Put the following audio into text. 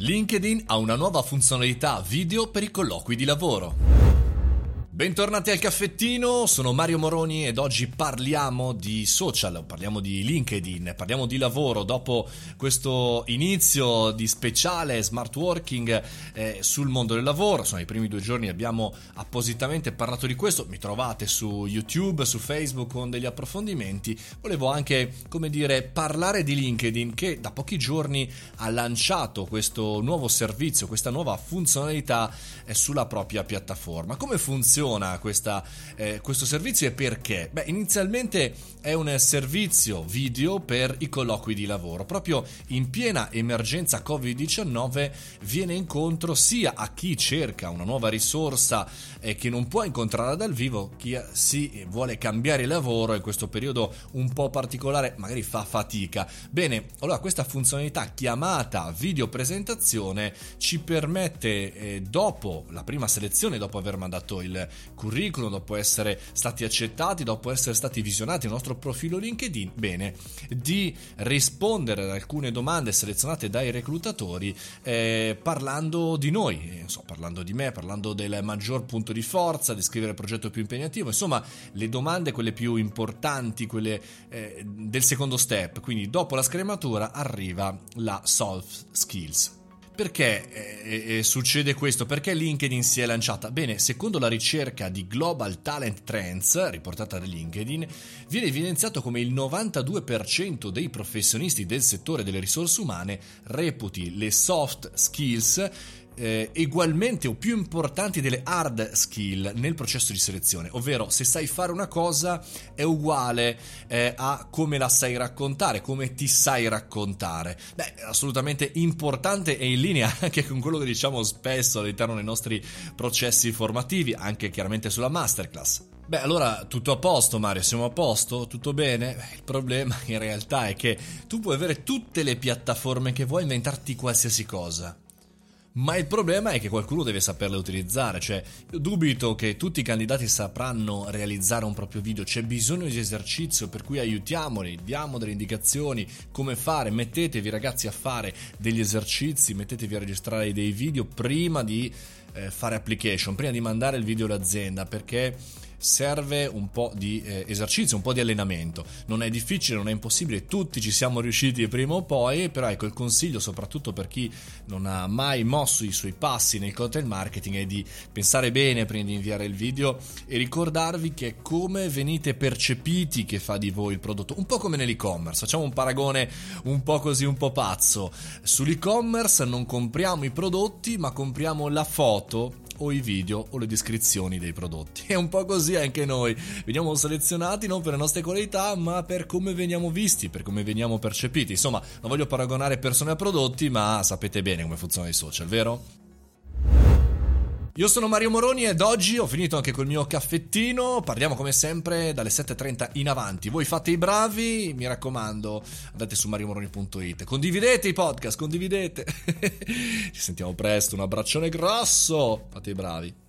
LinkedIn ha una nuova funzionalità video per i colloqui di lavoro. Bentornati al caffettino, sono Mario Moroni ed oggi parliamo di social, parliamo di LinkedIn, parliamo di lavoro dopo questo inizio di speciale smart working sul mondo del lavoro. Sono i primi 2 giorni, abbiamo appositamente parlato di questo, mi trovate su YouTube, su Facebook con degli approfondimenti. Volevo anche, parlare di LinkedIn che da pochi giorni ha lanciato questo nuovo servizio, questa nuova funzionalità sulla propria piattaforma. Come funziona questo servizio e perché? Inizialmente è un servizio video per i colloqui di lavoro. Proprio in piena emergenza Covid-19 viene incontro sia a chi cerca una nuova risorsa che non può incontrare dal vivo, chi si vuole cambiare lavoro in questo periodo un po' particolare, magari fa fatica. Bene, allora questa funzionalità chiamata video presentazione ci permette dopo la prima selezione, dopo aver mandato il curriculum, dopo essere stati accettati, dopo essere stati visionati il nostro profilo LinkedIn, di rispondere ad alcune domande selezionate dai reclutatori parlando di noi, parlando di me, parlando del maggior punto di forza, descrivere il progetto più impegnativo, insomma le domande quelle più importanti, quelle del secondo step. Quindi dopo la scrematura arriva la soft skills. Perché succede questo? Perché LinkedIn si è lanciata? Bene, secondo la ricerca di Global Talent Trends riportata da LinkedIn, viene evidenziato come il 92% dei professionisti del settore delle risorse umane reputi le soft skills ugualmente o più importanti delle hard skill nel processo di selezione, ovvero se sai fare una cosa è uguale a come la sai raccontare, come ti sai raccontare. Assolutamente importante e in linea anche con quello che diciamo spesso all'interno dei nostri processi formativi, anche chiaramente sulla masterclass. Allora tutto a posto, Mario, siamo a posto? Tutto bene? Il problema in realtà è che tu puoi avere tutte le piattaforme che vuoi, inventarti qualsiasi cosa, ma il problema è che qualcuno deve saperle utilizzare. Cioè, io dubito che tutti i candidati sapranno realizzare un proprio video, c'è bisogno di esercizio, per cui aiutiamoli, diamo delle indicazioni come fare. Mettetevi ragazzi a fare degli esercizi, mettetevi a registrare dei video prima di fare application, prima di mandare il video all'azienda, perché serve un po' di esercizio, un po' di allenamento. Non è difficile, non è impossibile, tutti ci siamo riusciti prima o poi, però ecco, il consiglio soprattutto per chi non ha mai mosso i suoi passi nel content marketing è di pensare bene prima di inviare il video e ricordarvi che come venite percepiti che fa di voi il prodotto, un po' come nell'e-commerce. Facciamo un paragone un po' così, un po' pazzo. Sull'e-commerce non compriamo i prodotti, ma compriamo la foto o i video o le descrizioni dei prodotti. È un po' così anche noi, veniamo selezionati non per le nostre qualità ma per come veniamo visti, per come veniamo percepiti. Insomma, non voglio paragonare persone a prodotti, ma sapete bene come funzionano i social, vero? Io sono Mario Moroni ed oggi ho finito anche col mio caffettino. Parliamo come sempre dalle 7:30 in avanti. Voi fate i bravi, mi raccomando, andate su mariomoroni.it, condividete i podcast, condividete. Ci sentiamo presto, un abbraccione grosso, fate i bravi.